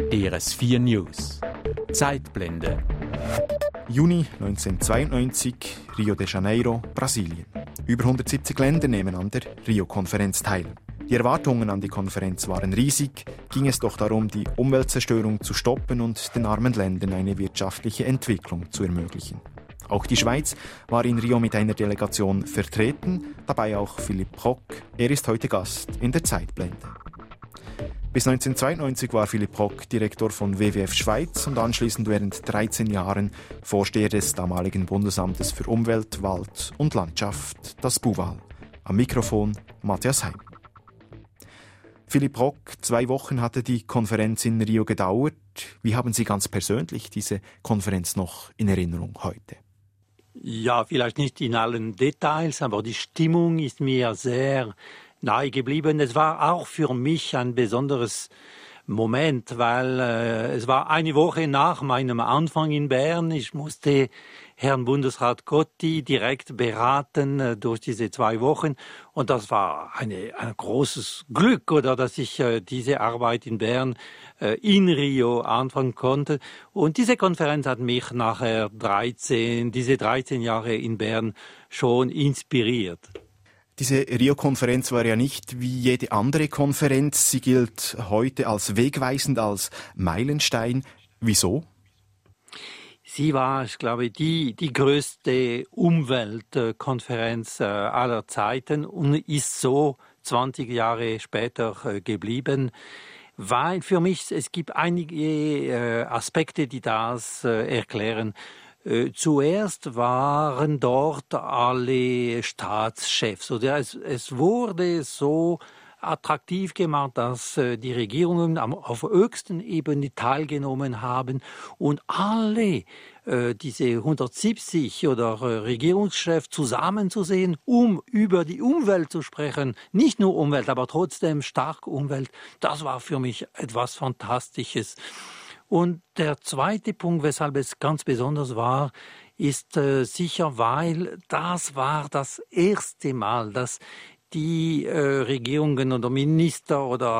DRS4 News. Zeitblende. Juni 1992, Rio de Janeiro, Brasilien. Über 170 Länder nehmen an der Rio-Konferenz teil. Die Erwartungen an die Konferenz waren riesig, ging es doch darum, die Umweltzerstörung zu stoppen und den armen Ländern eine wirtschaftliche Entwicklung zu ermöglichen. Auch die Schweiz war in Rio mit einer Delegation vertreten, dabei auch Philippe Roch. Er ist heute Gast in der Zeitblende. Bis 1992 war Philippe Roch Direktor von WWF Schweiz und anschließend während 13 Jahren Vorsteher des damaligen Bundesamtes für Umwelt, Wald und Landschaft, das BUWAL. Am Mikrofon Matthias Heim. Philippe Roch, 2 Wochen hatte die Konferenz in Rio gedauert. Wie haben Sie ganz persönlich diese Konferenz noch in Erinnerung heute? Ja, vielleicht nicht in allen Details, aber die Stimmung ist mir sehr nahe geblieben. Es war auch für mich ein besonderes Moment, weil es war eine Woche nach meinem Anfang in Bern. Ich musste Herrn Bundesrat Gotti direkt beraten durch diese 2 Wochen. Und das war ein großes Glück, oder, dass ich diese Arbeit in Bern in Rio anfangen konnte. Und diese Konferenz hat mich nachher diese 13 Jahre in Bern schon inspiriert. Diese Rio-Konferenz war ja nicht wie jede andere Konferenz. Sie gilt heute als wegweisend, als Meilenstein. Wieso? Sie war, ich glaube, die größte Umweltkonferenz aller Zeiten und ist so 20 Jahre später geblieben. Weil für mich, es gibt einige Aspekte, die das erklären. Zuerst waren dort alle Staatschefs. Oder es wurde so attraktiv gemacht, dass die Regierungen auf höchsten Ebene teilgenommen haben und alle diese 170 oder Regierungschefs zusammenzusehen, um über die Umwelt zu sprechen. Nicht nur Umwelt, aber trotzdem stark Umwelt. Das war für mich etwas Fantastisches. Und der zweite Punkt, weshalb es ganz besonders war, ist sicher, weil das war das erste Mal, dass die Regierungen oder Minister oder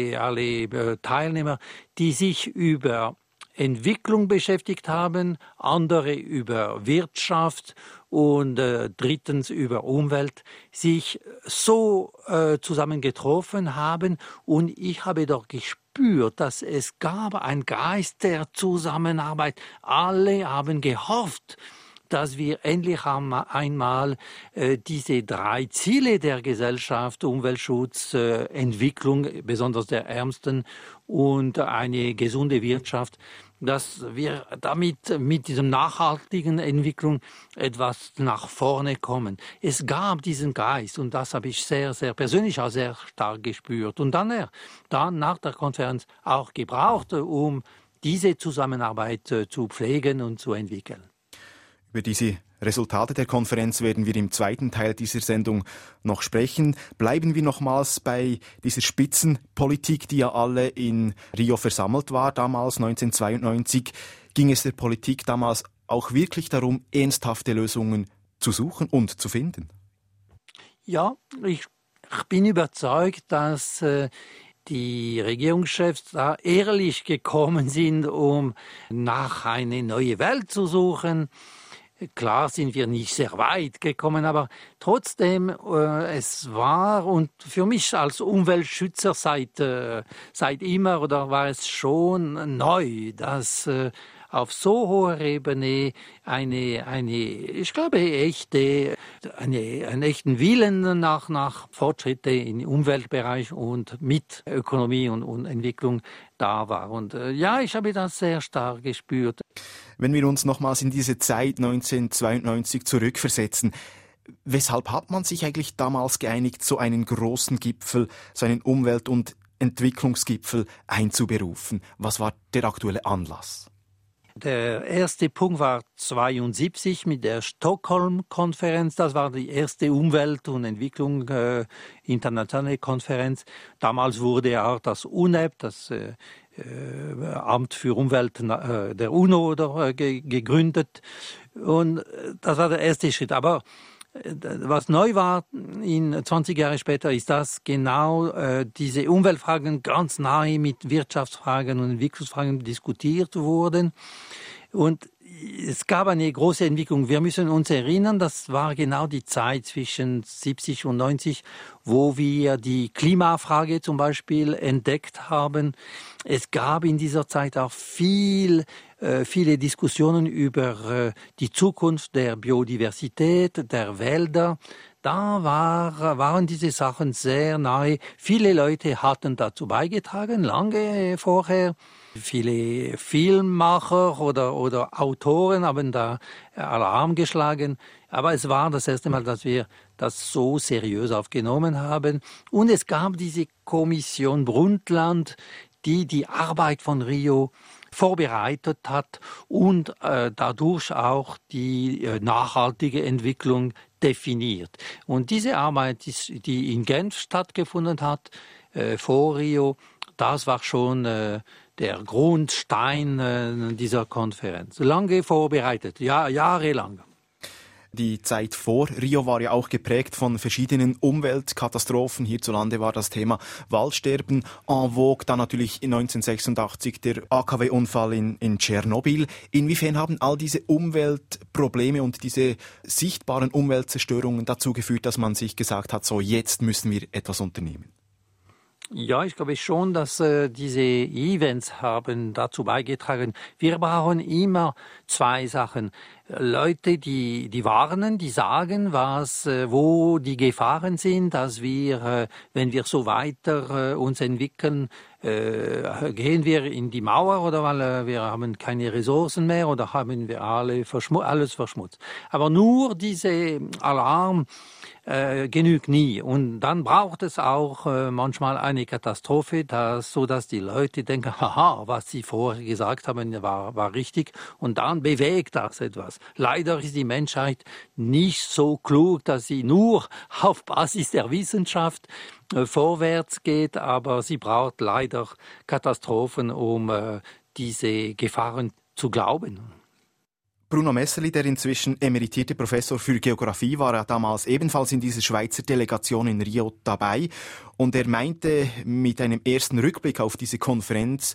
alle Teilnehmer, die sich über Entwicklung beschäftigt haben, andere über Wirtschaft und drittens über Umwelt, sich so zusammen getroffen haben. Und ich habe doch gespürt, dass es gab einen Geist der Zusammenarbeit. Alle haben gehofft, dass wir endlich einmal diese 3 Ziele der Gesellschaft, Umweltschutz, Entwicklung, besonders der Ärmsten und eine gesunde Wirtschaft, dass wir damit mit dieser nachhaltigen Entwicklung etwas nach vorne kommen. Es gab diesen Geist und das habe ich sehr, sehr persönlich auch sehr stark gespürt und dann nach der Konferenz auch gebraucht, um diese Zusammenarbeit zu pflegen und zu entwickeln. Über diese Resultate der Konferenz werden wir im zweiten Teil dieser Sendung noch sprechen. Bleiben wir nochmals bei dieser Spitzenpolitik, die ja alle in Rio versammelt war, damals 1992. Ging es der Politik damals auch wirklich darum, ernsthafte Lösungen zu suchen und zu finden? Ja, ich bin überzeugt, dass die Regierungschefs da ehrlich gekommen sind, um nach eine neue Welt zu suchen. Klar sind wir nicht sehr weit gekommen, aber trotzdem, es war und für mich als Umweltschützer seit immer oder war es schon neu, dass auf so hoher Ebene ich glaube, einen echten Willen nach Fortschritte im Umweltbereich und mit Ökonomie und Entwicklung da war. Und ja, ich habe das sehr stark gespürt. Wenn wir uns nochmals in diese Zeit 1992 zurückversetzen, weshalb hat man sich eigentlich damals geeinigt, so einen großen Gipfel, so einen Umwelt- und Entwicklungsgipfel einzuberufen? Was war der aktuelle Anlass? Der erste Punkt war 1972 mit der Stockholm-Konferenz. Das war die erste Umwelt- und Entwicklung internationale Konferenz. Damals wurde auch das UNEP, das Amt für Umwelt der UNO gegründet. Und das war der erste Schritt. Aber Was neu war 20 Jahre später, ist, dass genau diese Umweltfragen ganz nahe mit Wirtschaftsfragen und Entwicklungsfragen diskutiert wurden. Und es gab eine große Entwicklung. Wir müssen uns erinnern, das war genau die Zeit zwischen 70 und 90, wo wir die Klimafrage zum Beispiel entdeckt haben. Es gab in dieser Zeit auch viele Diskussionen über die Zukunft der Biodiversität, der Wälder. Da waren diese Sachen sehr nahe. Viele Leute hatten dazu beigetragen, lange vorher. Viele Filmmacher oder Autoren haben da Alarm geschlagen. Aber es war das erste Mal, dass wir das so seriös aufgenommen haben. Und es gab diese Kommission Brundtland, die Arbeit von Rio vorbereitet hat und dadurch auch die nachhaltige Entwicklung definiert. Und diese Arbeit, die in Genf stattgefunden hat, vor Rio, das war schon der Grundstein dieser Konferenz. Lange vorbereitet, jahrelang. Die Zeit vor Rio war ja auch geprägt von verschiedenen Umweltkatastrophen. Hierzulande war das Thema Waldsterben en vogue. Dann natürlich 1986 der AKW-Unfall in Tschernobyl. Inwiefern haben all diese Umweltprobleme und diese sichtbaren Umweltzerstörungen dazu geführt, dass man sich gesagt hat, so jetzt müssen wir etwas unternehmen? Ja, ich glaube schon, dass diese Events haben dazu beigetragen. Wir brauchen immer zwei Sachen. Leute, die warnen, die sagen, wo die Gefahren sind, dass wir, wenn wir so weiter uns entwickeln, gehen wir in die Mauer oder weil wir haben keine Ressourcen mehr oder haben wir alles verschmutzt. Aber nur diese Alarm genügt nie. Und dann braucht es auch manchmal eine Katastrophe, sodass die Leute denken, haha, was sie vorher gesagt haben, war richtig. Und dann bewegt das etwas. Leider ist die Menschheit nicht so klug, dass sie nur auf Basis der Wissenschaft vorwärts geht, aber sie braucht leider Katastrophen, um diese Gefahren zu glauben. Bruno Messerli, der inzwischen emeritierte Professor für Geografie, war ja damals ebenfalls in dieser Schweizer Delegation in Rio dabei. Und er meinte mit einem ersten Rückblick auf diese Konferenz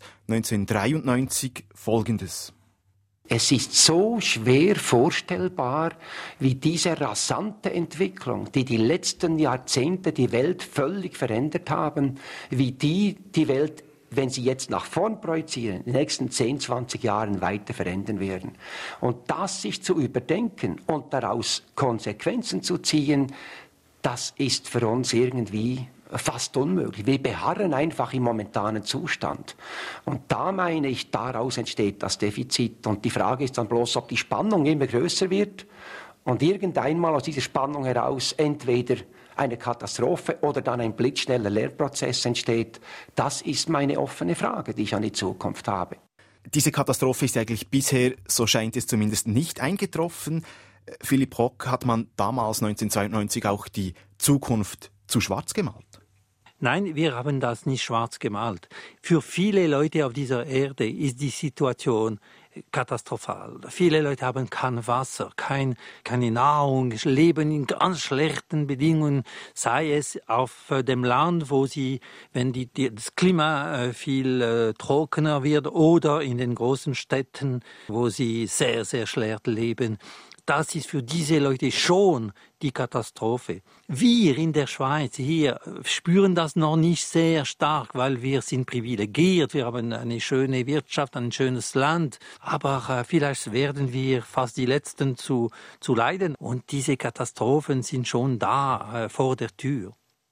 1993 Folgendes. Es ist so schwer vorstellbar, wie diese rasante Entwicklung, die letzten Jahrzehnte die Welt völlig verändert haben, wie die Welt, wenn sie jetzt nach vorn projizieren, in den nächsten 10, 20 Jahren weiter verändern werden. Und das sich zu überdenken und daraus Konsequenzen zu ziehen, das ist für uns irgendwie fast unmöglich. Wir beharren einfach im momentanen Zustand. Und da meine ich, daraus entsteht das Defizit. Und die Frage ist dann bloß, ob die Spannung immer größer wird und irgendeinmal aus dieser Spannung heraus entweder eine Katastrophe oder dann ein blitzschneller Lernprozess entsteht. Das ist meine offene Frage, die ich an die Zukunft habe. Diese Katastrophe ist eigentlich bisher, so scheint es zumindest, nicht eingetroffen. Philipp Rock, hat man damals 1992 auch die Zukunft zu schwarz gemalt? Nein, wir haben das nicht schwarz gemalt. Für viele Leute auf dieser Erde ist die Situation katastrophal. Viele Leute haben kein Wasser, keine Nahrung, leben in ganz schlechten Bedingungen, sei es auf dem Land, wo sie, wenn das Klima viel trockener wird, oder in den großen Städten, wo sie sehr, sehr schlecht leben. Das ist für diese Leute schon die Katastrophe. Wir in der Schweiz hier spüren das noch nicht sehr stark, weil wir sind privilegiert. Wir haben eine schöne Wirtschaft, ein schönes Land. Aber vielleicht werden wir fast die Letzten zu leiden. Und diese Katastrophen sind schon da, vor der Tür.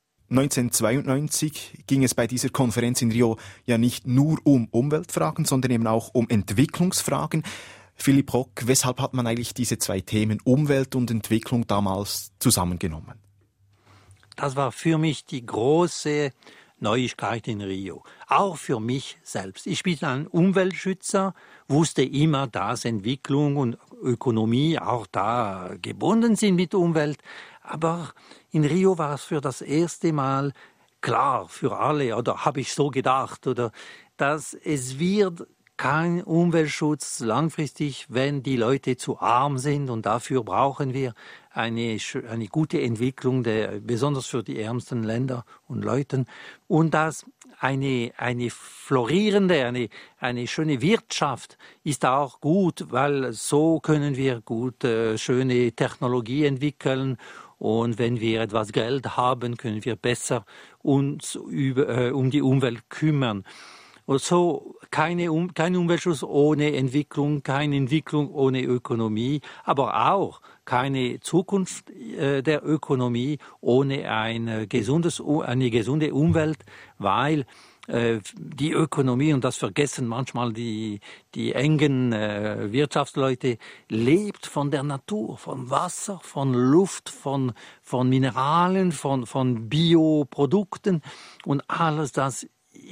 1992 ging es bei dieser Konferenz in Rio ja nicht nur um Umweltfragen, sondern eben auch um Entwicklungsfragen. Philipp Rock, weshalb hat man eigentlich diese zwei Themen Umwelt und Entwicklung damals zusammengenommen? Das war für mich die große Neuigkeit in Rio. Auch für mich selbst. Ich bin ein Umweltschützer, wusste immer, dass Entwicklung und Ökonomie auch da gebunden sind mit Umwelt. Aber in Rio war es für das erste Mal klar für alle, oder habe ich so gedacht, oder dass es wird kein Umweltschutz langfristig, wenn die Leute zu arm sind. Und dafür brauchen wir eine gute Entwicklung, besonders für die ärmsten Länder und Leute. Und das eine florierende, eine schöne Wirtschaft ist auch gut, weil so können wir gut schöne Technologie entwickeln. Und wenn wir etwas Geld haben, können wir besser uns um die Umwelt kümmern. Und so kein Umweltschutz ohne Entwicklung, keine Entwicklung ohne Ökonomie, aber auch keine Zukunft der Ökonomie ohne eine gesunde Umwelt, weil die Ökonomie, und das vergessen manchmal die engen Wirtschaftsleute, lebt von der Natur, von Wasser, von Luft, von Mineralen, von Bioprodukten, und alles das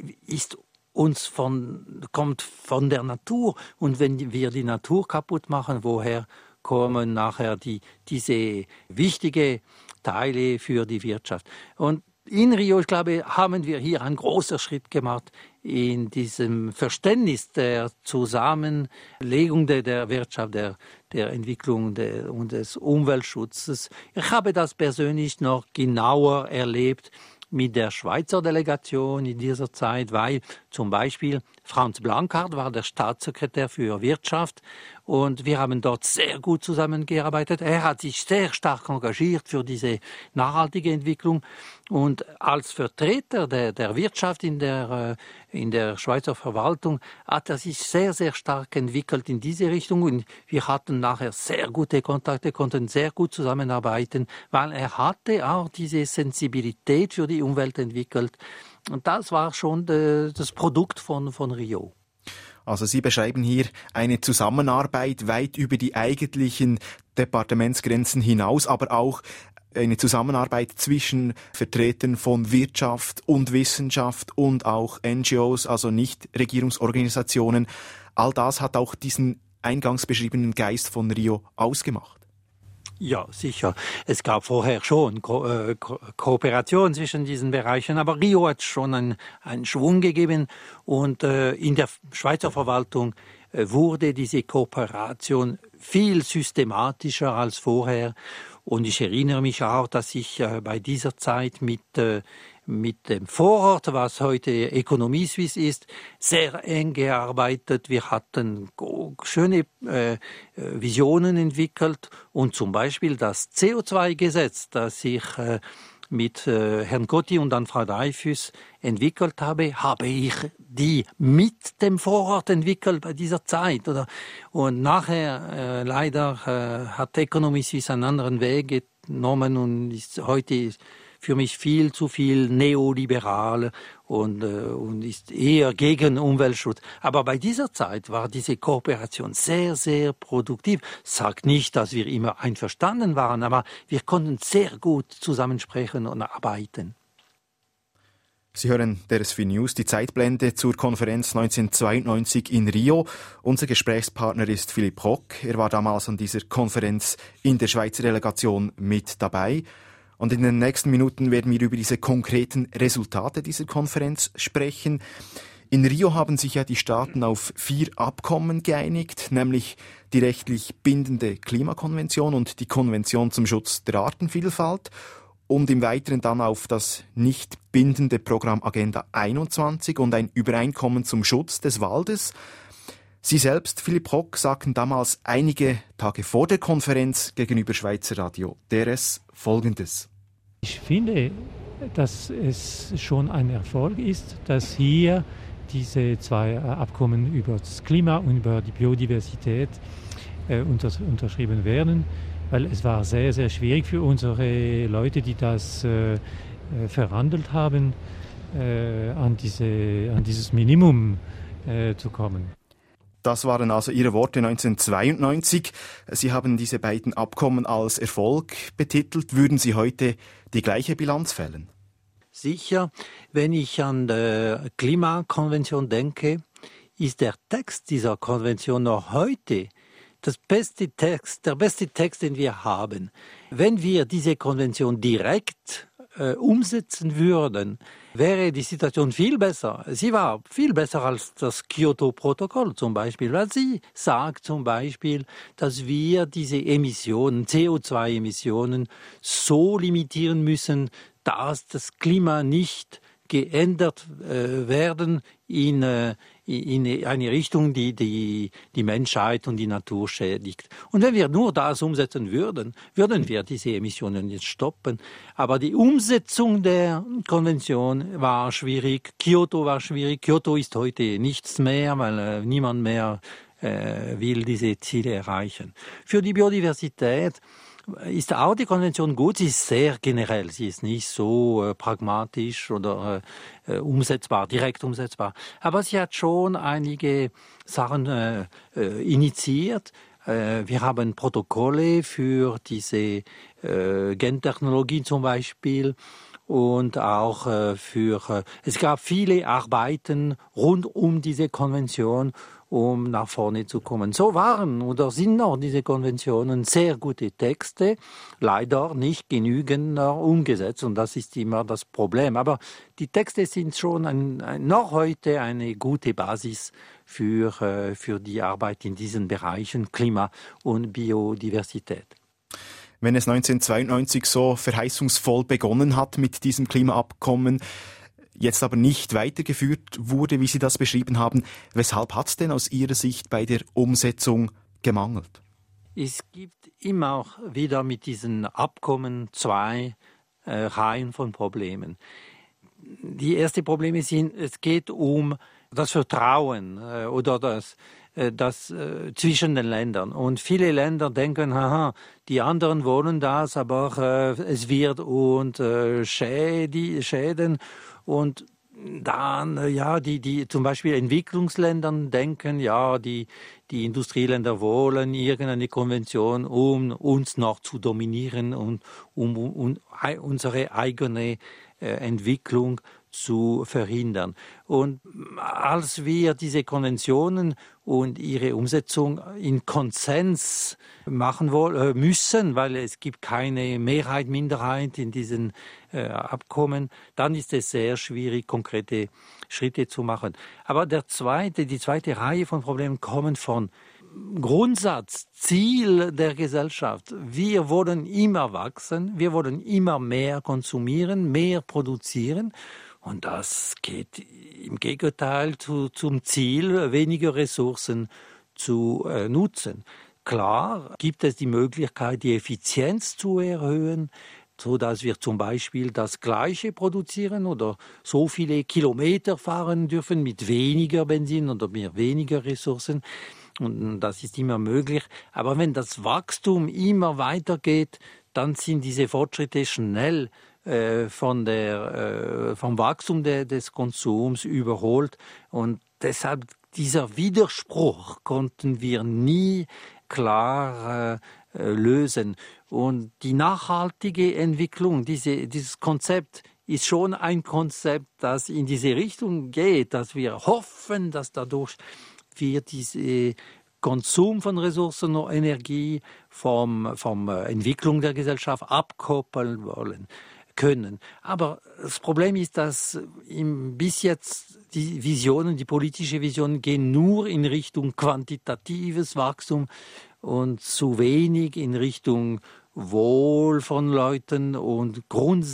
kommt von der Natur. Und wenn wir die Natur kaputt machen, woher kommen nachher diese wichtigen Teile für die Wirtschaft? Und in Rio, ich glaube, haben wir hier einen großen Schritt gemacht in diesem Verständnis der Zusammenlegung der Wirtschaft, der Entwicklung und des Umweltschutzes. Ich habe das persönlich noch genauer erlebt mit der Schweizer Delegation in dieser Zeit, weil zum Beispiel Franz Blankart war der Staatssekretär für Wirtschaft und wir haben dort sehr gut zusammengearbeitet. Er hat sich sehr stark engagiert für diese nachhaltige Entwicklung und als Vertreter der Wirtschaft in der Schweizer Verwaltung hat er sich sehr, sehr stark entwickelt in diese Richtung und wir hatten nachher sehr gute Kontakte, konnten sehr gut zusammenarbeiten, weil er hatte auch diese Sensibilität für die Umwelt entwickelt. Und das war schon das Produkt von Rio. Also Sie beschreiben hier eine Zusammenarbeit weit über die eigentlichen Departementsgrenzen hinaus, aber auch eine Zusammenarbeit zwischen Vertretern von Wirtschaft und Wissenschaft und auch NGOs, also Nichtregierungsorganisationen. All das hat auch diesen eingangs beschriebenen Geist von Rio ausgemacht. Ja, sicher. Es gab vorher schon Kooperation zwischen diesen Bereichen, aber Rio hat schon einen Schwung gegeben und in der Schweizer Verwaltung wurde diese Kooperation viel systematischer als vorher. Und ich erinnere mich auch, dass ich bei dieser Zeit mit dem Vorort, was heute Economie Suisse ist, sehr eng gearbeitet. Wir hatten schöne Visionen entwickelt und zum Beispiel das CO2-Gesetz, das ich mit Herrn Gotti und dann Frau Dreyfus entwickelt habe ich die mit dem Vorort entwickelt bei dieser Zeit. Und nachher leider hat Economie Suisse einen anderen Weg genommen und ist heute für mich viel zu viel neoliberal und ist eher gegen Umweltschutz. Aber bei dieser Zeit war diese Kooperation sehr, sehr produktiv. Sagt nicht, dass wir immer einverstanden waren, aber wir konnten sehr gut zusammensprechen und arbeiten. Sie hören DRSV News, die Zeitblende zur Konferenz 1992 in Rio. Unser Gesprächspartner ist Philipp Rock. Er war damals an dieser Konferenz in der Schweizer Delegation mit dabei. Und in den nächsten Minuten werden wir über diese konkreten Resultate dieser Konferenz sprechen. In Rio haben sich ja die Staaten auf 4 Abkommen geeinigt, nämlich die rechtlich bindende Klimakonvention und die Konvention zum Schutz der Artenvielfalt und im Weiteren dann auf das nicht bindende Programm Agenda 21 und ein Übereinkommen zum Schutz des Waldes. Sie selbst, Philipp Rock, sagten damals einige Tage vor der Konferenz gegenüber Schweizer Radio DRS Folgendes. Ich finde, dass es schon ein Erfolg ist, dass hier diese 2 Abkommen über das Klima und über die Biodiversität unterschrieben werden, weil es war sehr, sehr schwierig für unsere Leute, die das verhandelt haben, an dieses Minimum zu kommen. Das waren also Ihre Worte 1992. Sie haben diese beiden Abkommen als Erfolg betitelt. Würden Sie heute die gleiche Bilanz fällen? Sicher. Wenn ich an die Klimakonvention denke, ist der Text dieser Konvention noch heute der beste Text, den wir haben. Wenn wir diese Konvention direkt umsetzen würden, wäre die Situation viel besser. Sie war viel besser als das Kyoto-Protokoll zum Beispiel, weil sie sagt zum Beispiel, dass wir diese Emissionen, CO2-Emissionen, so limitieren müssen, dass das Klima nicht geändert werden in eine Richtung, die Menschheit und die Natur schädigt. Und wenn wir nur das umsetzen würden, würden wir diese Emissionen jetzt stoppen. Aber die Umsetzung der Konvention war schwierig. Kyoto war schwierig. Kyoto ist heute nichts mehr, weil niemand mehr will diese Ziele erreichen. Für die Biodiversität ist auch die Konvention gut. Sie ist sehr generell. Sie ist nicht so pragmatisch oder umsetzbar, direkt umsetzbar. Aber sie hat schon einige Sachen initiiert. Wir haben Protokolle für diese Gentechnologie zum Beispiel. Und auch es gab viele Arbeiten rund um diese Konvention, um nach vorne zu kommen. So waren oder sind noch diese Konventionen sehr gute Texte, leider nicht genügend umgesetzt. Und das ist immer das Problem. Aber die Texte sind schon noch heute eine gute Basis für die Arbeit in diesen Bereichen Klima und Biodiversität. Wenn es 1992 so verheißungsvoll begonnen hat mit diesem Klimaabkommen, jetzt aber nicht weitergeführt wurde, wie Sie das beschrieben haben, weshalb hat es denn aus Ihrer Sicht bei der Umsetzung gemangelt? Es gibt immer auch wieder mit diesen Abkommen zwei Reihen von Problemen. Die ersten Probleme sind, es geht um das Vertrauen oder das zwischen den Ländern. Und viele Länder denken, die anderen wollen das, aber es wird uns schäden. Und dann, die zum Beispiel Entwicklungsländern denken, die Industrieländer wollen irgendeine Konvention, um uns noch zu dominieren und um unsere eigene Entwicklung zu verhindern. Und als wir diese Konventionen und ihre Umsetzung in Konsens machen müssen, weil es gibt keine Mehrheit, Minderheit in diesen Abkommen, dann ist es sehr schwierig, konkrete Schritte zu machen. Aber die zweite Reihe von Problemen kommen von Grundsatz, Ziel der Gesellschaft. Wir wollen immer wachsen, wir wollen immer mehr konsumieren, mehr produzieren. Und das geht im Gegenteil zum Ziel, weniger Ressourcen zu nutzen. Klar gibt es die Möglichkeit, die Effizienz zu erhöhen, so dass wir zum Beispiel das Gleiche produzieren oder so viele Kilometer fahren dürfen mit weniger Benzin oder mit weniger Ressourcen. Und das ist immer möglich. Aber wenn das Wachstum immer weitergeht, dann sind diese Fortschritte schnell vom Wachstum des Konsums überholt. Und deshalb dieser Widerspruch konnten wir nie klar lösen. Und die nachhaltige Entwicklung, dieses Konzept ist schon ein Konzept, das in diese Richtung geht, dass wir hoffen, dass dadurch wir diese Konsum von Ressourcen und Energie vom Entwicklung der Gesellschaft abkoppeln können. Aber das Problem ist, dass bis jetzt die Visionen, die politische Visionen gehen nur in Richtung quantitatives Wachstum und zu wenig in Richtung Wohl von Leuten und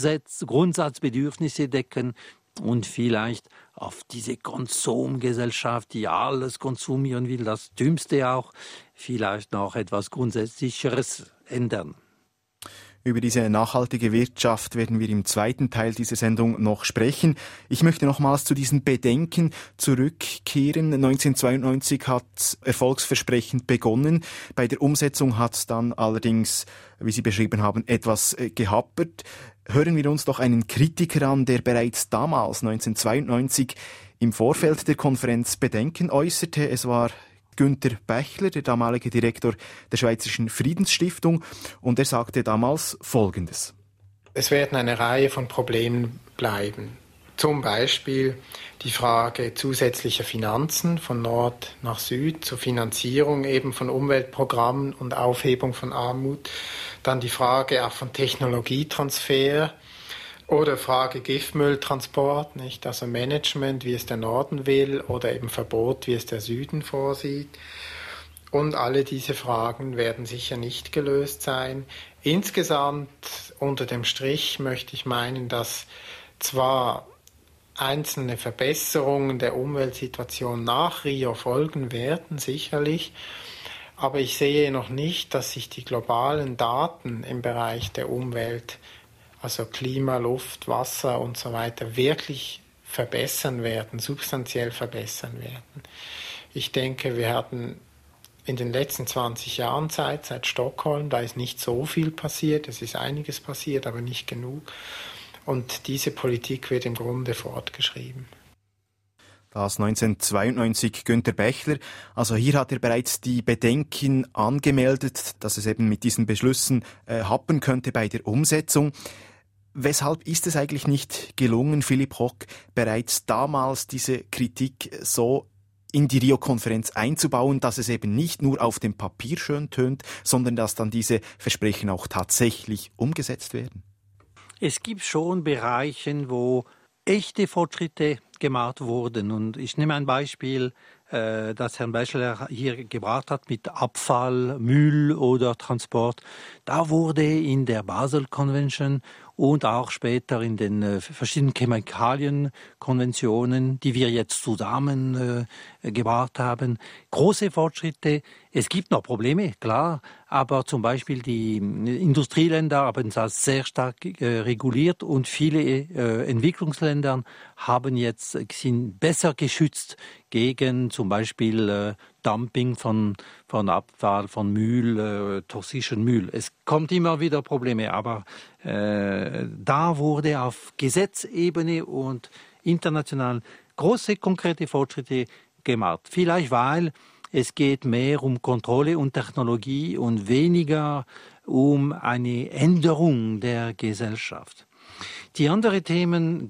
Grundsatzbedürfnisse decken und vielleicht auf diese Konsumgesellschaft, die alles konsumieren will, das Dümmste auch, vielleicht noch etwas Grundsätzlicheres ändern. Über diese nachhaltige Wirtschaft werden wir im zweiten Teil dieser Sendung noch sprechen. Ich möchte nochmals zu diesen Bedenken zurückkehren. 1992 hat erfolgsversprechend begonnen. Bei der Umsetzung hat es dann allerdings, wie Sie beschrieben haben, etwas gehapert. Hören wir uns doch einen Kritiker an, der bereits damals, 1992, im Vorfeld der Konferenz Bedenken äußerte. Es war Günther Bächler, der damalige Direktor der Schweizerischen Friedensstiftung, und er sagte damals Folgendes. Es werden eine Reihe von Problemen bleiben. Zum Beispiel die Frage zusätzlicher Finanzen von Nord nach Süd zur Finanzierung eben von Umweltprogrammen und Aufhebung von Armut. Dann die Frage auch von Technologietransfer. Oder Frage Giftmülltransport, nicht? Also Management, wie es der Norden will, oder eben Verbot, wie es der Süden vorsieht. Und alle diese Fragen werden sicher nicht gelöst sein. Insgesamt unter dem Strich möchte ich meinen, dass zwar einzelne Verbesserungen der Umweltsituation nach Rio folgen werden, sicherlich, aber ich sehe noch nicht, dass sich die globalen Daten im Bereich der Umwelt, also Klima, Luft, Wasser und so weiter, wirklich verbessern werden, substanziell verbessern werden. Ich denke, wir hatten in den letzten 20 Jahren Zeit, seit Stockholm, da ist nicht so viel passiert, es ist einiges passiert, aber nicht genug. Und diese Politik wird im Grunde fortgeschrieben. Das 1992 Günter Bechler. Also hier hat er bereits die Bedenken angemeldet, dass es eben mit diesen Beschlüssen happen könnte bei der Umsetzung. Weshalb ist es eigentlich nicht gelungen, Philipp Hock, bereits damals diese Kritik so in die Rio-Konferenz einzubauen, dass es eben nicht nur auf dem Papier schön tönt, sondern dass dann diese Versprechen auch tatsächlich umgesetzt werden? Es gibt schon Bereiche, wo echte Fortschritte gemacht wurden. Und ich nehme ein Beispiel, das Herrn Bechler hier gebracht hat mit Abfall, Müll oder Transport. Da wurde in der Basel Convention und auch später in den verschiedenen Chemikalienkonventionen, die wir jetzt zusammen gebracht haben, große Fortschritte. Es gibt noch Probleme, klar, aber zum Beispiel die Industrieländer haben das sehr stark reguliert und viele Entwicklungsländer sind besser geschützt gegen zum Beispiel Dumping von Abfall, von Müll, toxischen Müll. Es kommt immer wieder Probleme, aber da wurde auf Gesetzebene und international große konkrete Fortschritte gemacht. Vielleicht weil es geht mehr um Kontrolle und Technologie und weniger um eine Änderung der Gesellschaft. Die anderen Themen,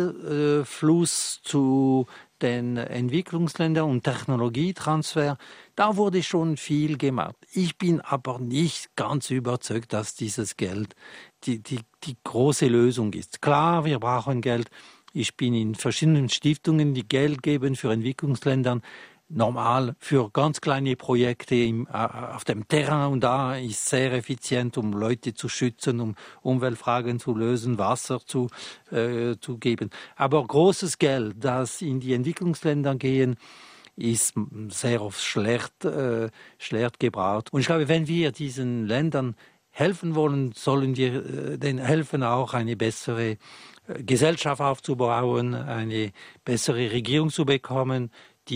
Geldfluss zu den Entwicklungsländern und Technologietransfer, da wurde schon viel gemacht. Ich bin aber nicht ganz überzeugt, dass dieses Geld die große Lösung ist. Klar, wir brauchen Geld. Ich bin in verschiedenen Stiftungen, die Geld geben für Entwicklungsländern. Normal für ganz kleine Projekte auf dem Terrain und da ist sehr effizient, um Leute zu schützen, um Umweltfragen zu lösen, Wasser zu geben. Aber großes Geld, das in die Entwicklungsländer gehen, ist sehr oft schlecht gebraucht. Und ich glaube, wenn wir diesen Ländern helfen wollen, sollen wir denen helfen, auch eine bessere Gesellschaft aufzubauen, eine bessere Regierung zu bekommen,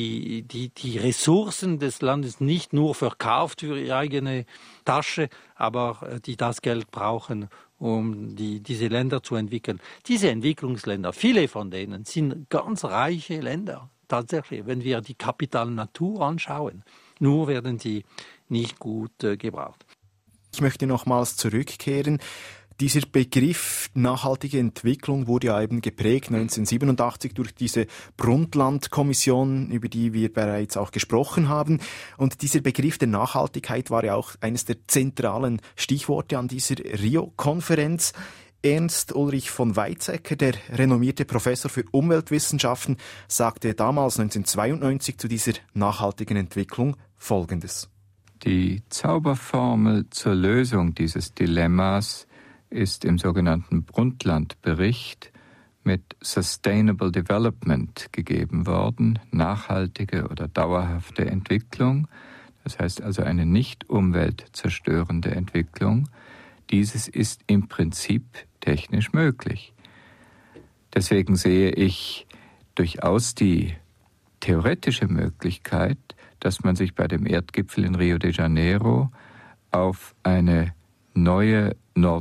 die Ressourcen des Landes nicht nur verkauft für ihre eigene Tasche, aber die das Geld brauchen, um diese Länder zu entwickeln. Diese Entwicklungsländer, viele von denen sind ganz reiche Länder, tatsächlich, wenn wir die Kapital Natur anschauen. Nur werden sie nicht gut gebraucht. Ich möchte nochmals zurückkehren. Dieser Begriff nachhaltige Entwicklung wurde ja eben geprägt 1987 durch diese Brundtland-Kommission, über die wir bereits auch gesprochen haben. Und dieser Begriff der Nachhaltigkeit war ja auch eines der zentralen Stichworte an dieser Rio-Konferenz. Ernst Ulrich von Weizsäcker, der renommierte Professor für Umweltwissenschaften, sagte damals 1992 zu dieser nachhaltigen Entwicklung Folgendes. Die Zauberformel zur Lösung dieses Dilemmas ist im sogenannten Brundtland-Bericht mit Sustainable Development gegeben worden, nachhaltige oder dauerhafte Entwicklung, das heißt also eine nicht umweltzerstörende Entwicklung. Dieses ist im Prinzip technisch möglich. Deswegen sehe ich durchaus die theoretische Möglichkeit, dass man sich bei dem Erdgipfel in Rio de Janeiro auf eine neue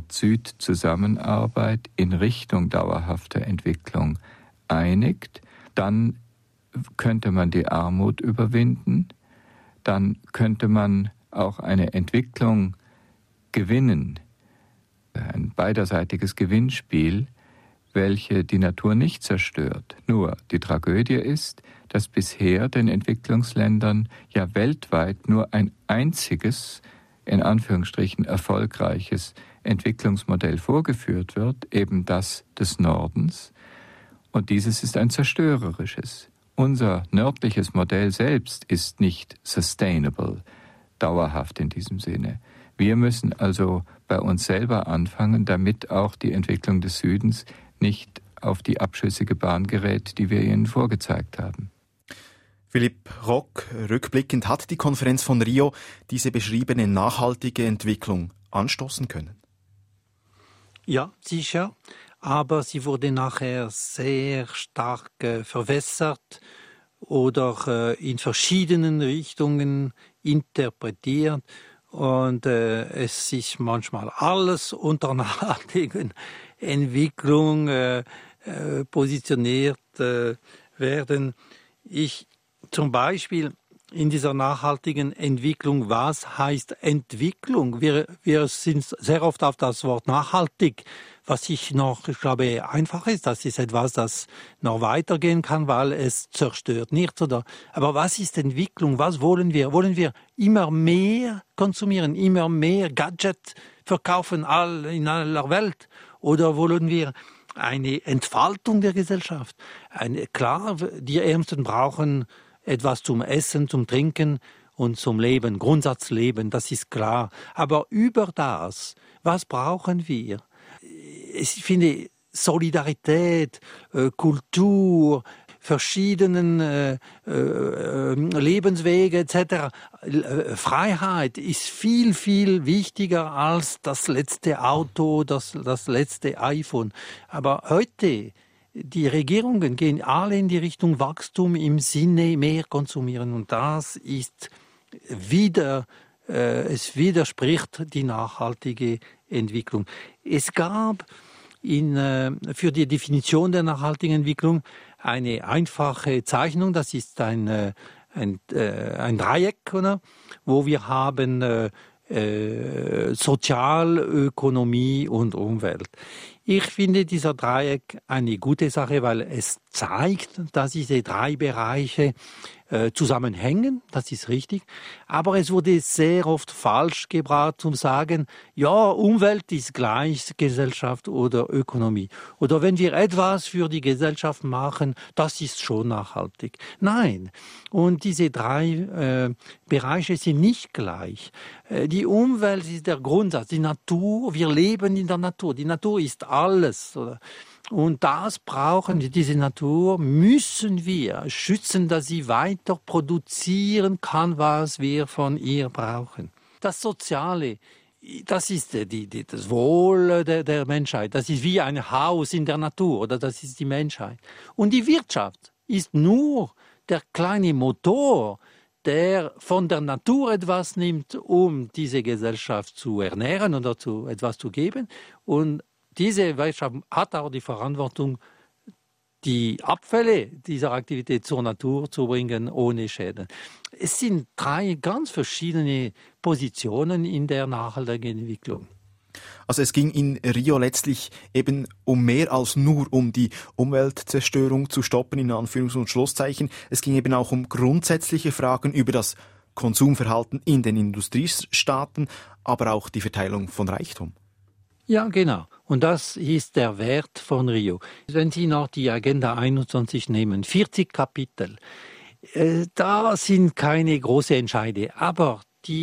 Nord-Süd-Zusammenarbeit in Richtung dauerhafter Entwicklung einigt. Dann könnte man die Armut überwinden, dann könnte man auch eine Entwicklung gewinnen, ein beiderseitiges Gewinnspiel, welche die Natur nicht zerstört. Nur die Tragödie ist, dass bisher den Entwicklungsländern ja weltweit nur ein einziges in Anführungsstrichen erfolgreiches Entwicklungsmodell vorgeführt wird, eben das des Nordens. Und dieses ist ein zerstörerisches. Unser nördliches Modell selbst ist nicht sustainable, dauerhaft in diesem Sinne. Wir müssen also bei uns selber anfangen, damit auch die Entwicklung des Südens nicht auf die abschüssige Bahn gerät, die wir Ihnen vorgezeigt haben. Philipp Rock, rückblickend, hat die Konferenz von Rio diese beschriebene nachhaltige Entwicklung anstoßen können? Ja, sicher, aber sie wurde nachher sehr stark verwässert oder in verschiedenen Richtungen interpretiert. Und es ist manchmal alles unter nachhaltigen Entwicklung positioniert werden. Zum Beispiel in dieser nachhaltigen Entwicklung, was heißt Entwicklung? Wir sind sehr oft auf das Wort nachhaltig, was ich glaube, einfach ist. Das ist etwas, das noch weitergehen kann, weil es zerstört nichts. Aber was ist Entwicklung? Was wollen wir? Wollen wir immer mehr konsumieren, immer mehr Gadgets verkaufen in aller Welt? Oder wollen wir eine Entfaltung der Gesellschaft? Klar, die Ärmsten brauchen etwas zum Essen, zum Trinken und zum Leben, Grundsatzleben, das ist klar. Aber über das, was brauchen wir? Ich finde, Solidarität, Kultur, verschiedenen Lebenswege etc., Freiheit ist viel, viel wichtiger als das letzte Auto, das letzte iPhone. Aber heute, die Regierungen gehen alle in die Richtung Wachstum im Sinne mehr konsumieren. Und das ist es widerspricht die nachhaltige Entwicklung. Es gab für die Definition der nachhaltigen Entwicklung eine einfache Zeichnung. Das ist ein Dreieck, oder? Wo wir haben Sozialökonomie und Umwelt. Ich finde dieser Dreieck eine gute Sache, weil es zeigt, dass diese drei Bereiche zusammenhängen, das ist richtig, aber es wurde sehr oft falsch gebracht, um zu sagen, ja, Umwelt ist gleich Gesellschaft oder Ökonomie. Oder wenn wir etwas für die Gesellschaft machen, das ist schon nachhaltig. Nein, und diese drei Bereiche sind nicht gleich. Die Umwelt ist der Grundsatz, die Natur, wir leben in der Natur, die Natur ist alles, oder? Und das brauchen wir, diese Natur müssen wir schützen, dass sie weiter produzieren kann, was wir von ihr brauchen. Das Soziale, das ist das Wohl der Menschheit. Das ist wie ein Haus in der Natur, oder das ist die Menschheit. Und die Wirtschaft ist nur der kleine Motor, der von der Natur etwas nimmt, um diese Gesellschaft zu ernähren oder etwas zu geben. Und diese Wirtschaft hat auch die Verantwortung, die Abfälle dieser Aktivität zur Natur zu bringen, ohne Schäden. Es sind drei ganz verschiedene Positionen in der nachhaltigen Entwicklung. Also es ging in Rio letztlich eben um mehr als nur um die Umweltzerstörung zu stoppen, in Anführungs- und Schlusszeichen. Es ging eben auch um grundsätzliche Fragen über das Konsumverhalten in den Industriestaaten, aber auch die Verteilung von Reichtum. Ja, genau. Und das ist der Wert von Rio. Wenn Sie noch die Agenda 21 nehmen, 40 Kapitel, da sind keine großen Entscheide, aber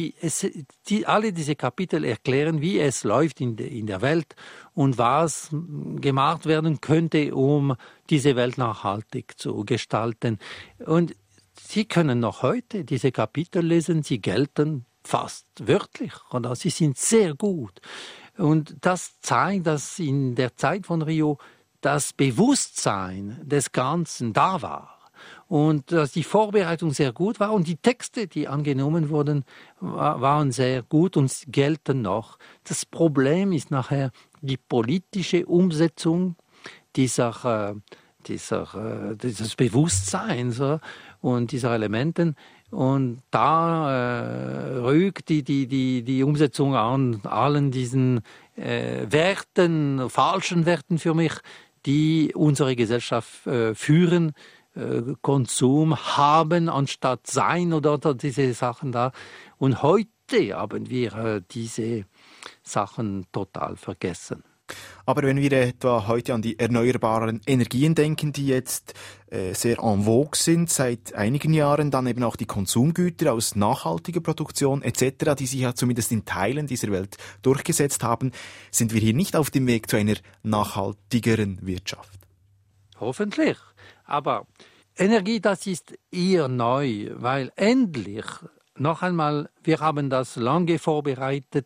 alle diese Kapitel erklären, wie es läuft in der Welt und was gemacht werden könnte, um diese Welt nachhaltig zu gestalten. Und Sie können noch heute diese Kapitel lesen, sie gelten fast wörtlich, oder sie sind sehr gut. Und das zeigt, dass in der Zeit von Rio das Bewusstsein des Ganzen da war und dass die Vorbereitung sehr gut war und die Texte, die angenommen wurden, waren sehr gut und gelten noch. Das Problem ist nachher die politische Umsetzung dieses Bewusstseins und dieser Elementen. Und da rügt die Umsetzung an allen diesen Werten, falschen Werten für mich, die unsere Gesellschaft führen, Konsum haben anstatt sein oder diese Sachen da. Und heute heute haben wir diese Sachen total vergessen. Aber wenn wir etwa heute an die erneuerbaren Energien denken, die jetzt sehr en vogue sind seit einigen Jahren, dann eben auch die Konsumgüter aus nachhaltiger Produktion etc., die sich ja zumindest in Teilen dieser Welt durchgesetzt haben, sind wir hier nicht auf dem Weg zu einer nachhaltigeren Wirtschaft. Hoffentlich. Aber Energie, das ist eher neu, weil endlich, noch einmal, wir haben das lange vorbereitet,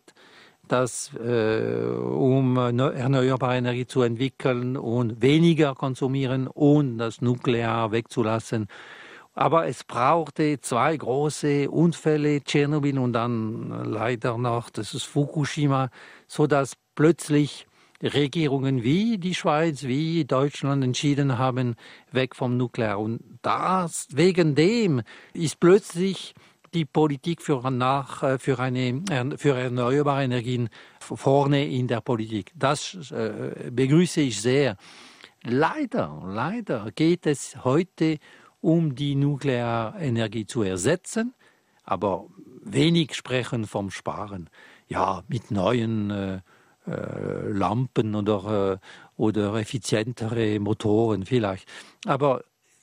um erneuerbare Energie zu entwickeln und weniger konsumieren und das Nuklear wegzulassen. Aber es brauchte 2 große Unfälle, Tschernobyl und dann leider noch, das ist Fukushima, sodass plötzlich Regierungen wie die Schweiz, wie Deutschland entschieden haben, weg vom Nuklear. Und wegen dem ist plötzlich die Politik für erneuerbare Energien vorne in der Politik. Das begrüße ich sehr. Leider geht es heute um die Nuklearenergie zu ersetzen, aber wenig sprechen vom Sparen. Ja, mit neuen Lampen oder effizientere Motoren vielleicht. Aber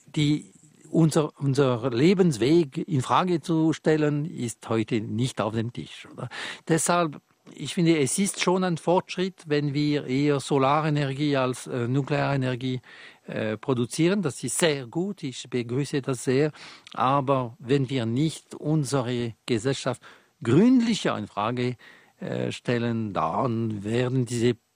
unser Lebensweg in Frage zu stellen, ist heute nicht auf dem Tisch. Oder? Deshalb, ich finde, es ist schon ein Fortschritt, wenn wir eher Solarenergie als Nuklearenergie produzieren. Das ist sehr gut, ich begrüße das sehr. Aber wenn wir nicht unsere Gesellschaft gründlicher in Frage stellen, dann werden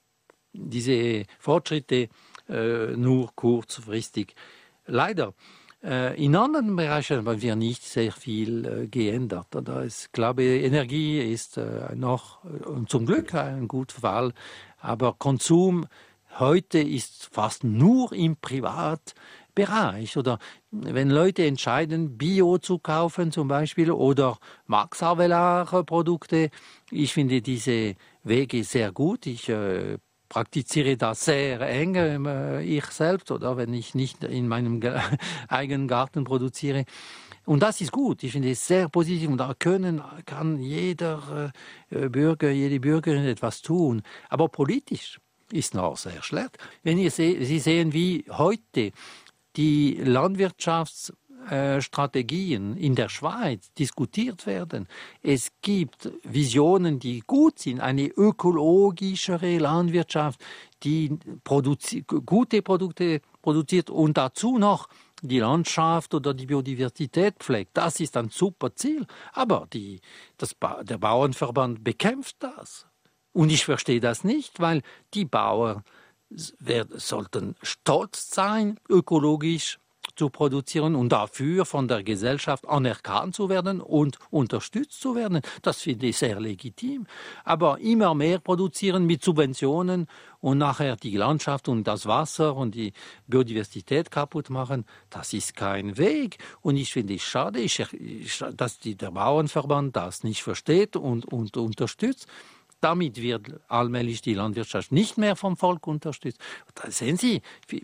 diese Fortschritte nur kurzfristig. Leider. In anderen Bereichen haben wir nicht sehr viel geändert. Ich glaube, Energie ist noch zum Glück ein guter Fall, aber Konsum heute ist fast nur im Privatbereich. Oder wenn Leute entscheiden, Bio zu kaufen zum Beispiel oder Max Havelaar Produkte, ich finde diese Wege sehr gut. Ich praktiziere das sehr eng, ich selbst, oder wenn ich nicht in meinem eigenen Garten produziere. Und das ist gut, ich finde es sehr positiv und da kann jeder Bürger, jede Bürgerin etwas tun. Aber politisch ist noch sehr schlecht. Wenn Sie sehen, wie heute die Landwirtschaftsstrategien in der Schweiz diskutiert werden. Es gibt Visionen, die gut sind, eine ökologischere Landwirtschaft, die gute Produkte produziert und dazu noch die Landschaft oder die Biodiversität pflegt. Das ist ein super Ziel. Aber der Bauernverband bekämpft das. Und ich verstehe das nicht, weil die Bauern sollten stolz sein, ökologisch zu produzieren und dafür von der Gesellschaft anerkannt zu werden und unterstützt zu werden. Das finde ich sehr legitim. Aber immer mehr produzieren mit Subventionen und nachher die Landschaft und das Wasser und die Biodiversität kaputt machen, das ist kein Weg. Und ich finde es schade, dass der Bauernverband das nicht versteht und unterstützt. Damit wird allmählich die Landwirtschaft nicht mehr vom Volk unterstützt. Da sehen Sie,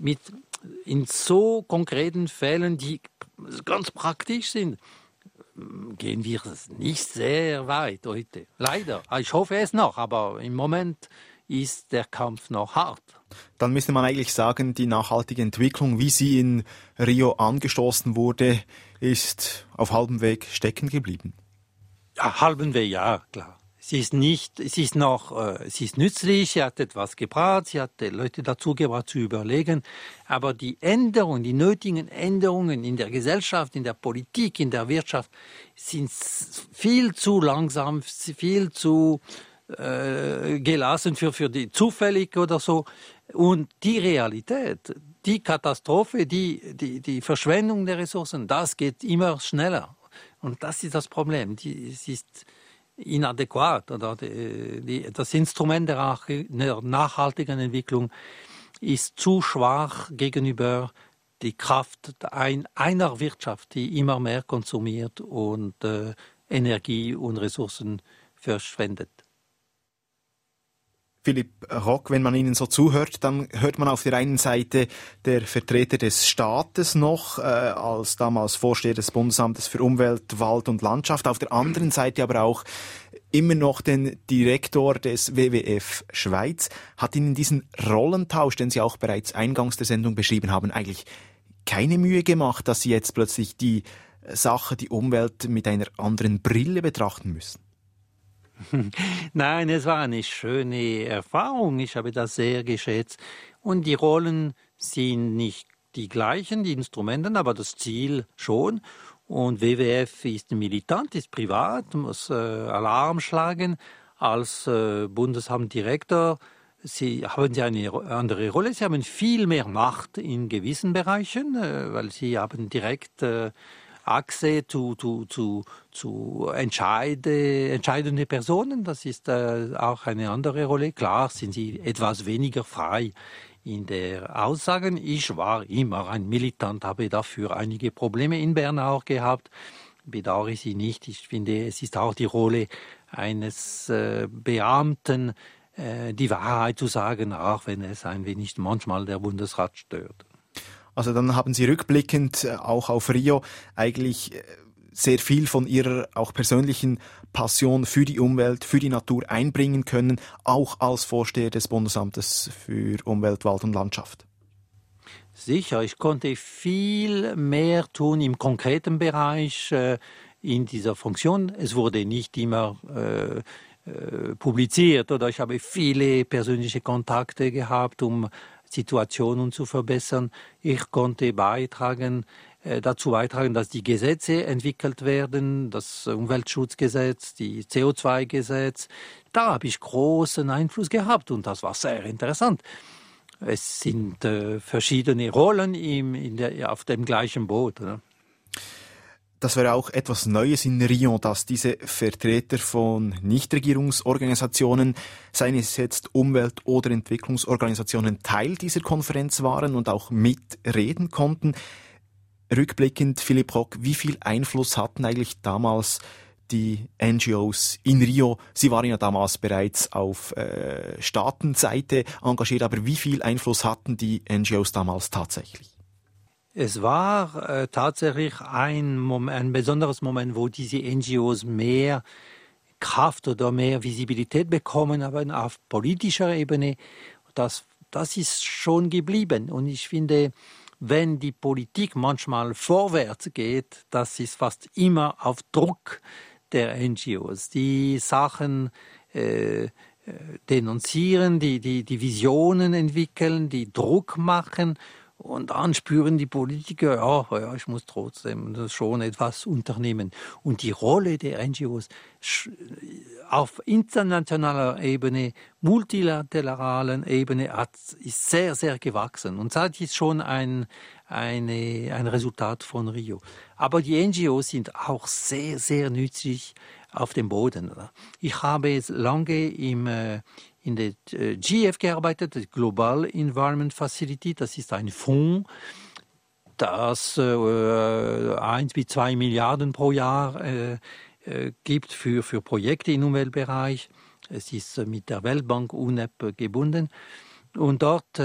in so konkreten Fällen, die ganz praktisch sind, gehen wir nicht sehr weit heute. Leider. Ich hoffe es noch, aber im Moment ist der Kampf noch hart. Dann müsste man eigentlich sagen, die nachhaltige Entwicklung, wie sie in Rio angestoßen wurde, ist auf halbem Weg stecken geblieben. Ja, halben Weg, ja, klar. Sie ist nützlich, sie hat etwas gebracht, sie hat Leute dazu gebracht zu überlegen, aber die nötigen Änderungen in der Gesellschaft, in der Politik, in der Wirtschaft sind viel zu langsam, viel zu gelassen für die zufällig oder so. Und die Realität, die Katastrophe, die Verschwendung der Ressourcen, das geht immer schneller. Und das ist das Problem. Es ist inadäquat oder das Instrument der nachhaltigen Entwicklung ist zu schwach gegenüber die Kraft einer Wirtschaft, die immer mehr konsumiert und Energie und Ressourcen verschwendet. Philipp Rock, wenn man Ihnen so zuhört, dann hört man auf der einen Seite der Vertreter des Staates noch, als damals Vorsteher des Bundesamtes für Umwelt, Wald und Landschaft, auf der anderen Seite aber auch immer noch den Direktor des WWF Schweiz. Hat Ihnen diesen Rollentausch, den Sie auch bereits eingangs der Sendung beschrieben haben, eigentlich keine Mühe gemacht, dass Sie jetzt plötzlich die Sache, die Umwelt mit einer anderen Brille betrachten müssen? Nein, es war eine schöne Erfahrung. Ich habe das sehr geschätzt. Und die Rollen sind nicht die gleichen, die Instrumente, aber das Ziel schon. Und WWF ist militant, ist privat, muss Alarm schlagen. Als Bundesamtdirektor haben Sie eine andere Rolle. Sie haben viel mehr Macht in gewissen Bereichen, weil Sie haben direkt Achse zu entscheidende Personen. Das ist auch eine andere Rolle. Klar sind Sie etwas weniger frei in der Aussagen. Ich war immer ein Militant, habe dafür einige Probleme in Bern auch gehabt. Bedauere sie nicht. Ich finde, es ist auch die Rolle eines Beamten, die Wahrheit zu sagen, auch wenn es ein wenig manchmal der Bundesrat stört. Also dann haben Sie rückblickend auch auf Rio eigentlich sehr viel von Ihrer auch persönlichen Passion für die Umwelt, für die Natur einbringen können, auch als Vorsteher des Bundesamtes für Umwelt, Wald und Landschaft. Sicher, ich konnte viel mehr tun im konkreten Bereich in dieser Funktion. Es wurde nicht immer publiziert oder ich habe viele persönliche Kontakte gehabt, um Situationen zu verbessern. Ich konnte dazu beitragen, dass die Gesetze entwickelt werden, das Umweltschutzgesetz, die CO2-Gesetz. Da habe ich großen Einfluss gehabt und das war sehr interessant. Es sind verschiedene Rollen auf dem gleichen Boot. Oder? Das wäre auch etwas Neues in Rio, dass diese Vertreter von Nichtregierungsorganisationen, seien es jetzt Umwelt- oder Entwicklungsorganisationen, Teil dieser Konferenz waren und auch mitreden konnten. Rückblickend, Philipp Rock, wie viel Einfluss hatten eigentlich damals die NGOs in Rio? Sie waren ja damals bereits auf Staatenseite engagiert, aber wie viel Einfluss hatten die NGOs damals tatsächlich? Es war tatsächlich ein besonderes Moment, wo diese NGOs mehr Kraft oder mehr Visibilität bekommen haben auf politischer Ebene. Das ist schon geblieben. Und ich finde, wenn die Politik manchmal vorwärts geht, das ist fast immer auf Druck der NGOs. Die Sachen denunzieren, die Visionen entwickeln, die Druck machen. Und dann spüren die Politiker, ja, ich muss trotzdem schon etwas unternehmen. Und die Rolle der NGOs auf internationaler Ebene, multilateralen Ebene ist sehr, sehr gewachsen. Und das ist schon ein Resultat von Rio. Aber die NGOs sind auch sehr, sehr nützlich auf dem Boden. Oder? Ich habe lange in der GEF gearbeitet, die Global Environment Facility. Das ist ein Fonds, das 1 bis 2 Milliarden pro Jahr gibt für Projekte im Umweltbereich. Es ist mit der Weltbank UNEP gebunden. Und dort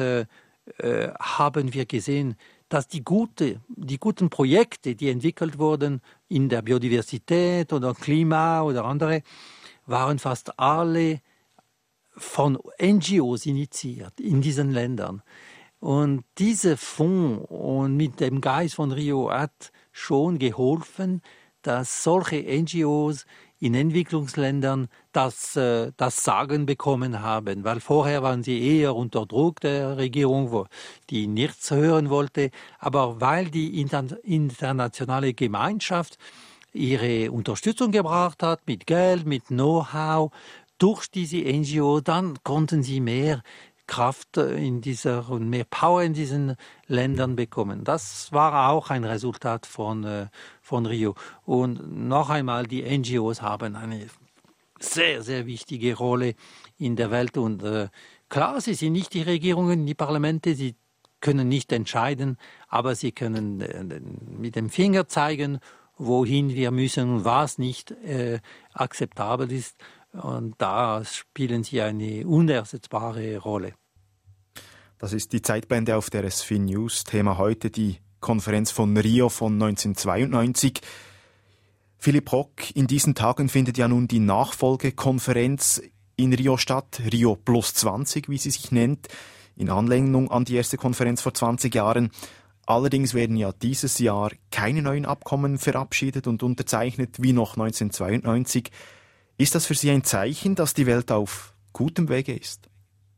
haben wir gesehen, dass die guten Projekte, die entwickelt wurden in der Biodiversität oder Klima oder andere, waren fast alle von NGOs initiiert in diesen Ländern. Und dieser Fonds und mit dem Geist von Rio hat schon geholfen, dass solche NGOs in Entwicklungsländern das Sagen bekommen haben. Weil vorher waren sie eher unter Druck der Regierung, die nichts hören wollte. Aber weil die internationale Gemeinschaft ihre Unterstützung gebracht hat, mit Geld, mit Know-how, durch diese NGO, dann konnten sie mehr Kraft und mehr Power in diesen Ländern bekommen. Das war auch ein Resultat von Rio. Und noch einmal, die NGOs haben eine sehr, sehr wichtige Rolle in der Welt. Und klar, sie sind nicht die Regierungen, die Parlamente, sie können nicht entscheiden, aber sie können mit dem Finger zeigen, wohin wir müssen und was nicht akzeptabel ist. Und da spielen sie eine unersetzbare Rolle. Das ist die Zeitblende auf der SFIN News. Thema heute die Konferenz von Rio von 1992. Philipp Rock, in diesen Tagen findet ja nun die Nachfolgekonferenz in Rio statt, Rio plus 20, wie sie sich nennt, in Anlehnung an die erste Konferenz vor 20 Jahren. Allerdings werden ja dieses Jahr keine neuen Abkommen verabschiedet und unterzeichnet wie noch 1992. Ist das für Sie ein Zeichen, dass die Welt auf gutem Wege ist?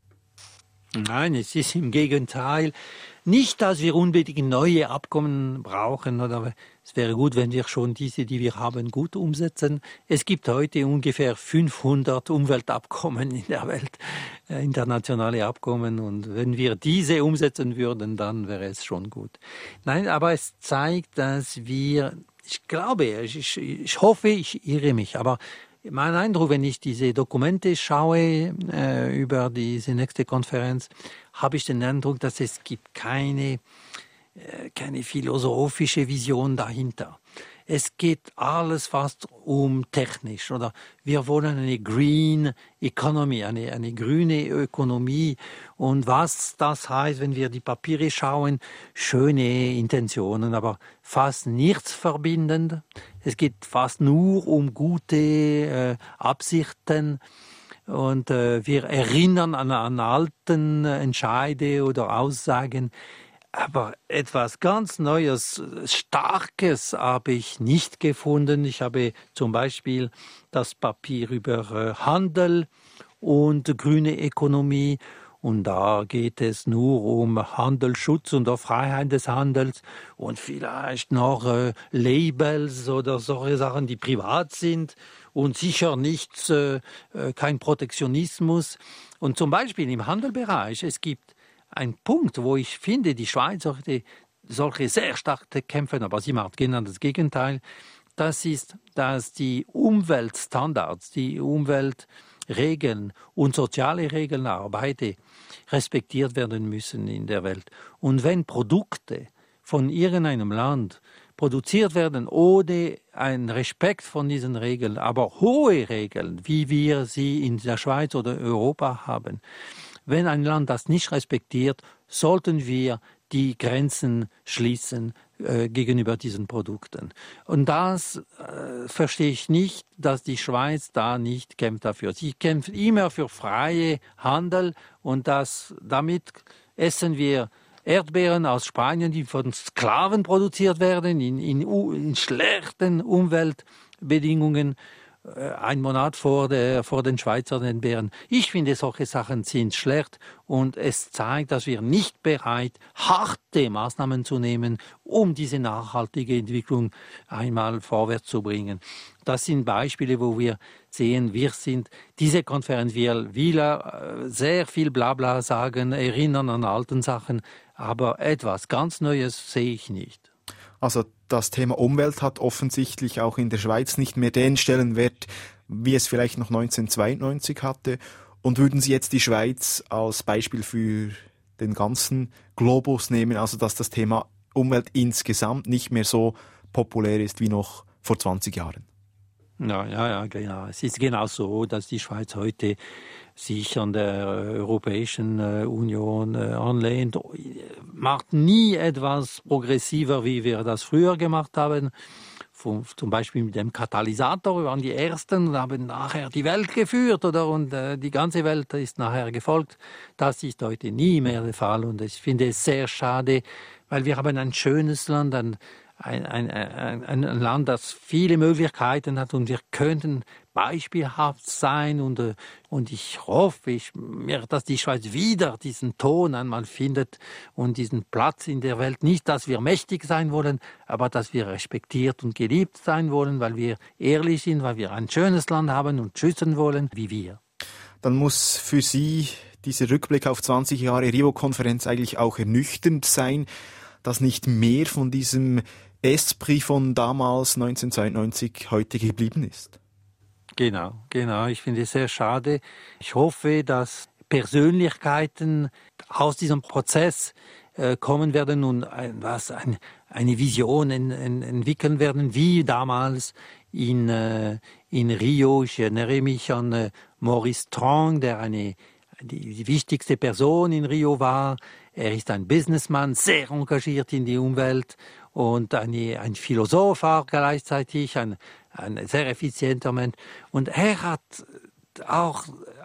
Nein, es ist im Gegenteil. Nicht, dass wir unbedingt neue Abkommen brauchen, oder es wäre gut, wenn wir schon diese, die wir haben, gut umsetzen. Es gibt heute ungefähr 500 Umweltabkommen in der Welt, internationale Abkommen, und wenn wir diese umsetzen würden, dann wäre es schon gut. Nein, aber es zeigt, dass wir, ich glaube, ich hoffe, ich irre mich, aber mein Eindruck, wenn ich diese Dokumente schaue über diese nächste Konferenz, habe ich den Eindruck, dass es gibt keine philosophische Vision dahinter. Es geht alles fast um technisch, oder wir wollen eine Green Economy, eine grüne Ökonomie. Und was das heißt, wenn wir die Papiere schauen, schöne Intentionen, aber fast nichts verbindend. Es geht fast nur um gute Absichten. Und wir erinnern an alten Entscheide oder Aussagen. Aber etwas ganz Neues, Starkes habe ich nicht gefunden. Ich habe zum Beispiel das Papier über Handel und grüne Ökonomie. Und da geht es nur um Handelsschutz und Freiheit des Handels und vielleicht noch Labels oder solche Sachen, die privat sind und sicher nicht, kein Protektionismus. Und zum Beispiel im Handelbereich, es gibt ein Punkt, wo ich finde, die Schweiz solche sehr starke kämpfen, aber sie macht genau das Gegenteil. Das ist, dass die Umweltstandards, die Umweltregeln und soziale Regeln auch beide respektiert werden müssen in der Welt. Und wenn Produkte von irgendeinem Land produziert werden ohne einen Respekt von diesen Regeln, aber hohe Regeln, wie wir sie in der Schweiz oder Europa haben, wenn ein Land das nicht respektiert, sollten wir die Grenzen schließen gegenüber diesen Produkten. Und das verstehe ich nicht, dass die Schweiz da nicht kämpft dafür. Sie kämpft immer für freie Handel und damit essen wir Erdbeeren aus Spanien, die von Sklaven produziert werden, in schlechten Umweltbedingungen. Ein Monat vor den Schweizer Erdbeeren. Ich finde, solche Sachen sind schlecht und es zeigt, dass wir nicht bereit, harte Maßnahmen zu nehmen, um diese nachhaltige Entwicklung einmal vorwärts zu bringen. Das sind Beispiele, wo wir sehen, diese Konferenz will sehr viel Blabla sagen, erinnern an alten Sachen, aber etwas ganz Neues sehe ich nicht. Also das Thema Umwelt hat offensichtlich auch in der Schweiz nicht mehr den Stellenwert, wie es vielleicht noch 1992 hatte. Und würden Sie jetzt die Schweiz als Beispiel für den ganzen Globus nehmen, also dass das Thema Umwelt insgesamt nicht mehr so populär ist wie noch vor 20 Jahren? Ja, genau. Es ist genau so, dass die Schweiz heute sich an der Europäischen Union anlehnt, macht nie etwas progressiver, wie wir das früher gemacht haben. Zum Beispiel mit dem Katalysator, wir waren die Ersten und haben nachher die Welt geführt, und die ganze Welt ist nachher gefolgt. Das ist heute nie mehr der Fall und ich finde es sehr schade, weil wir haben ein schönes Land, ein Land, das viele Möglichkeiten hat und wir könnten beispielhaft sein und ich hoffe, dass die Schweiz wieder diesen Ton einmal findet und diesen Platz in der Welt. Nicht, dass wir mächtig sein wollen, aber dass wir respektiert und geliebt sein wollen, weil wir ehrlich sind, weil wir ein schönes Land haben und schützen wollen, wie wir. Dann muss für Sie dieser Rückblick auf 20 Jahre Rio-Konferenz eigentlich auch ernüchternd sein, dass nicht mehr von diesem Esprit von damals 1992 heute geblieben ist. Genau. Ich finde es sehr schade. Ich hoffe, dass Persönlichkeiten aus diesem Prozess kommen werden und eine Vision entwickeln werden, wie damals in Rio. Ich erinnere mich an Maurice Strong, der die wichtigste Person in Rio war. Er ist ein Businessman, sehr engagiert in die Umwelt und ein Philosoph auch gleichzeitig, ein sehr effizienter Mensch. Und er hat auch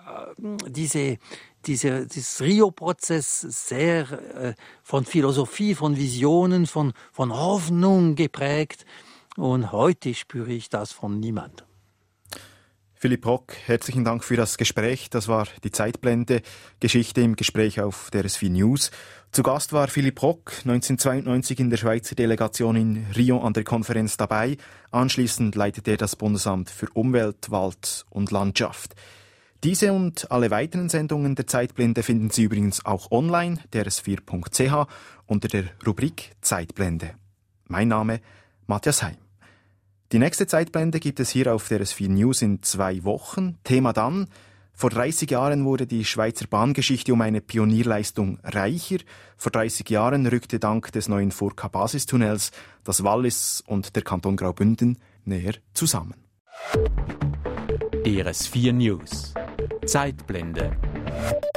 dieses Rio-Prozess sehr von Philosophie, von Visionen, von Hoffnung geprägt. Und heute spüre ich das von niemandem. Philipp Rock, herzlichen Dank für das Gespräch. Das war die Zeitblende, Geschichte im Gespräch auf der RSV News. Zu Gast war Philipp Rock, 1992 in der Schweizer Delegation in Rio an der Konferenz dabei. Anschließend leitete er das Bundesamt für Umwelt, Wald und Landschaft. Diese und alle weiteren Sendungen der Zeitblende finden Sie übrigens auch online, drs4.ch, unter der Rubrik Zeitblende. Mein Name Matthias Heim. Die nächste Zeitblende gibt es hier auf der RSV News in 2 Wochen. Thema dann: Vor 30 Jahren wurde die Schweizer Bahngeschichte um eine Pionierleistung reicher. Vor 30 Jahren rückte dank des neuen Furka-Basistunnels das Wallis und der Kanton Graubünden näher zusammen. RSV News. Zeitblende.